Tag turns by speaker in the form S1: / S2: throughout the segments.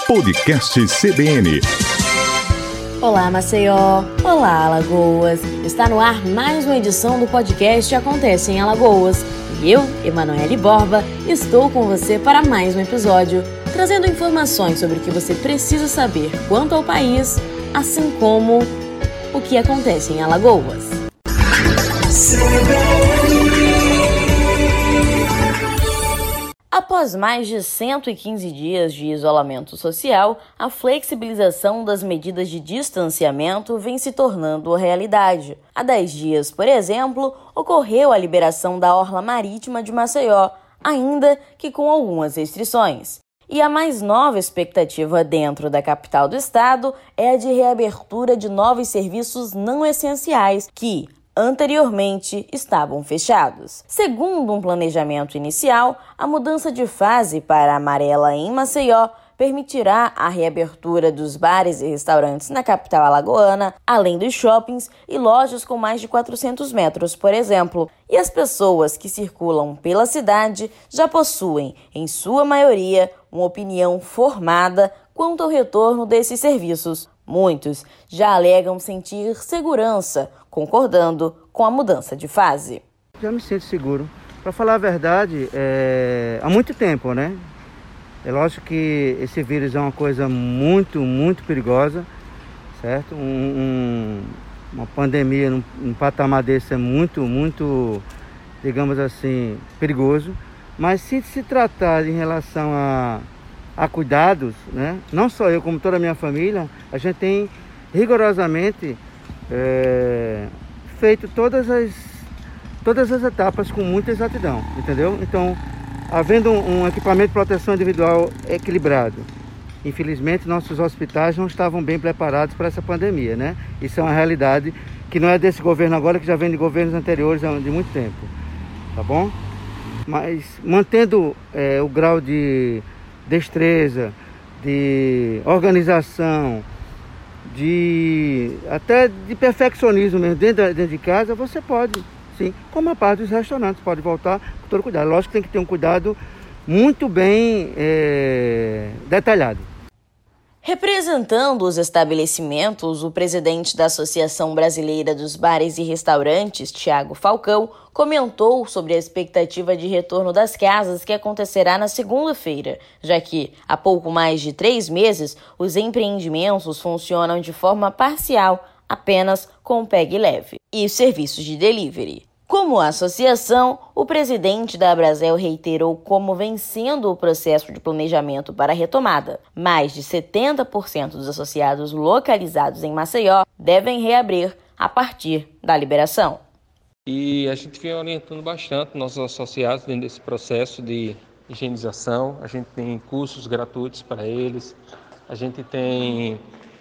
S1: Podcast CBN.
S2: Olá, Maceió. Olá, Alagoas. Está no ar mais uma edição do podcast Acontece em Alagoas. E eu, Emanuele Borba, estou com você para mais um episódio, trazendo informações sobre o que você precisa saber quanto ao país, assim como o que acontece em Alagoas. Após mais de 115 dias de isolamento social, a flexibilização das medidas de distanciamento vem se tornando realidade. Há 10 dias, por exemplo, ocorreu a liberação da orla marítima de Maceió, ainda que com algumas restrições. E a mais nova expectativa dentro da capital do estado é a de reabertura de novos serviços não essenciais que, anteriormente, estavam fechados. Segundo um planejamento inicial, a mudança de fase para a amarela em Maceió permitirá a reabertura dos bares e restaurantes na capital alagoana, além dos shoppings e lojas com mais de 400 metros, por exemplo. E as pessoas que circulam pela cidade já possuem, em sua maioria, uma opinião formada quanto ao retorno desses serviços. Muitos já alegam sentir segurança, concordando com a mudança de fase.
S3: Já me sinto seguro. Para falar a verdade, há muito tempo, né? É lógico que esse vírus é uma coisa muito, muito perigosa, certo? Uma pandemia num patamar desse é muito, muito, digamos assim, perigoso. Mas se tratar em relação a cuidados, né? Não só eu, como toda a minha família, a gente tem rigorosamente feito todas as etapas com muita exatidão, entendeu? Então, havendo um equipamento de proteção individual equilibrado, infelizmente nossos hospitais não estavam bem preparados para essa pandemia, né? Isso é uma realidade que não é desse governo agora, que já vem de governos anteriores de muito tempo, tá bom? Mas mantendo o grau de destreza, de organização, até de perfeccionismo mesmo dentro de casa, você pode, sim, como a parte dos restaurantes, pode voltar com todo cuidado. Lógico que tem que ter um cuidado muito bem detalhado.
S2: Representando os estabelecimentos, o presidente da Associação Brasileira dos Bares e Restaurantes, Thiago Falcão, comentou sobre a expectativa de retorno das casas que acontecerá na segunda-feira, já que, há pouco mais de 3 meses, os empreendimentos funcionam de forma parcial, apenas com PEG leve, e os serviços de delivery. Como associação, o presidente da Abrazel reiterou como vem sendo o processo de planejamento para a retomada. Mais de 70% dos associados localizados em Maceió devem reabrir a partir da liberação.
S4: E a gente vem orientando bastante nossos associados dentro desse processo de higienização. A gente tem cursos gratuitos para eles, a gente tem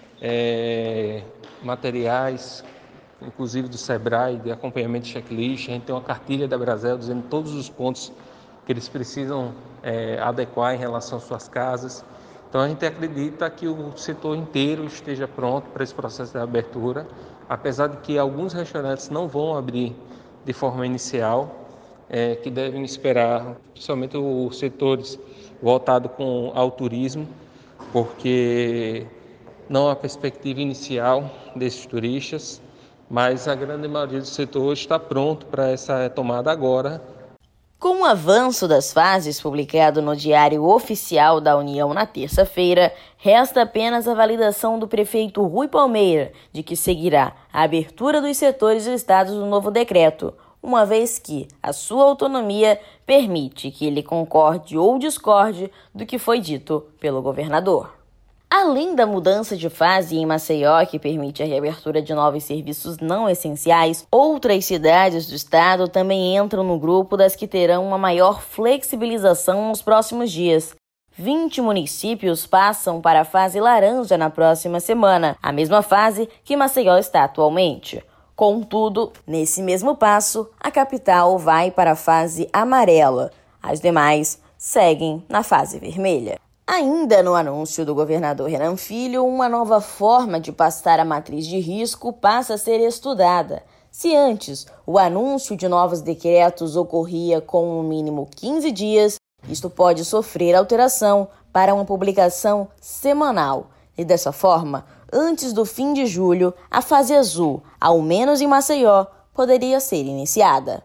S4: materiais, inclusive do Sebrae, de acompanhamento de checklist. A gente tem uma cartilha da Abrazel dizendo todos os pontos que eles precisam adequar em relação às suas casas. Então a gente acredita que o setor inteiro esteja pronto para esse processo de abertura, apesar de que alguns restaurantes não vão abrir de forma inicial, que devem esperar, principalmente os setores voltados ao turismo, porque não há perspectiva inicial desses turistas, mas a grande maioria do setor está pronto para essa retomada agora.
S2: Com o avanço das fases publicado no Diário Oficial da União na terça-feira, resta apenas a validação do prefeito Rui Palmeira de que seguirá a abertura dos setores listados no novo decreto, uma vez que a sua autonomia permite que ele concorde ou discorde do que foi dito pelo governador. Além da mudança de fase em Maceió, que permite a reabertura de novos serviços não essenciais, outras cidades do estado também entram no grupo das que terão uma maior flexibilização nos próximos dias. 20 municípios passam para a fase laranja na próxima semana, a mesma fase que Maceió está atualmente. Contudo, nesse mesmo passo, a capital vai para a fase amarela. As demais seguem na fase vermelha. Ainda no anúncio do governador Renan Filho, uma nova forma de passar a matriz de risco passa a ser estudada. Se antes o anúncio de novos decretos ocorria com no mínimo 15 dias, isto pode sofrer alteração para uma publicação semanal. E dessa forma, antes do fim de julho, a fase azul, ao menos em Maceió, poderia ser iniciada.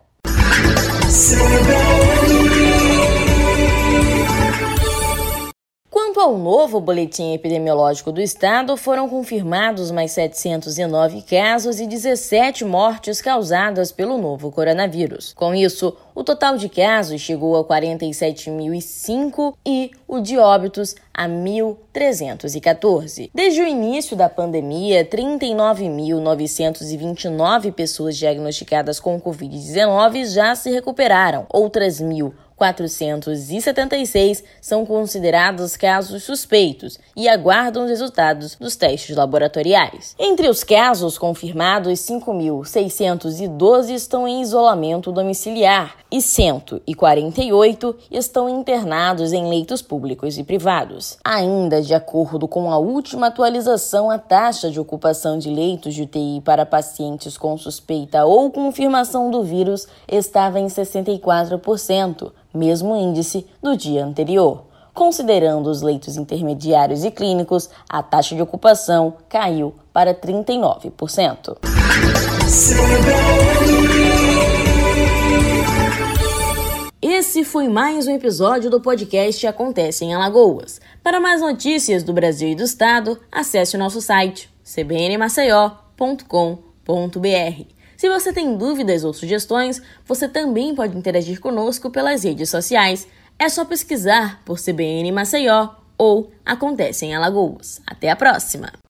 S2: Quanto ao novo boletim epidemiológico do estado, foram confirmados mais 709 casos e 17 mortes causadas pelo novo coronavírus. Com isso, o total de casos chegou a 47.005 e o de óbitos a 1.314. Desde o início da pandemia, 39.929 pessoas diagnosticadas com Covid-19 já se recuperaram. Outras 1.476 são considerados casos suspeitos e aguardam os resultados dos testes laboratoriais. Entre os casos confirmados, 5.612 estão em isolamento domiciliar e 148 estão internados em leitos públicos e privados. Ainda de acordo com a última atualização, a taxa de ocupação de leitos de UTI para pacientes com suspeita ou confirmação do vírus estava em 64%, mesmo índice do dia anterior. Considerando os leitos intermediários e clínicos, a taxa de ocupação caiu para 39%. Esse foi mais um episódio do podcast Acontece em Alagoas. Para mais notícias do Brasil e do Estado, acesse o nosso site cbnmaceió.com.br. Se você tem dúvidas ou sugestões, você também pode interagir conosco pelas redes sociais. É só pesquisar por CBN Maceió ou Acontece em Alagoas. Até a próxima!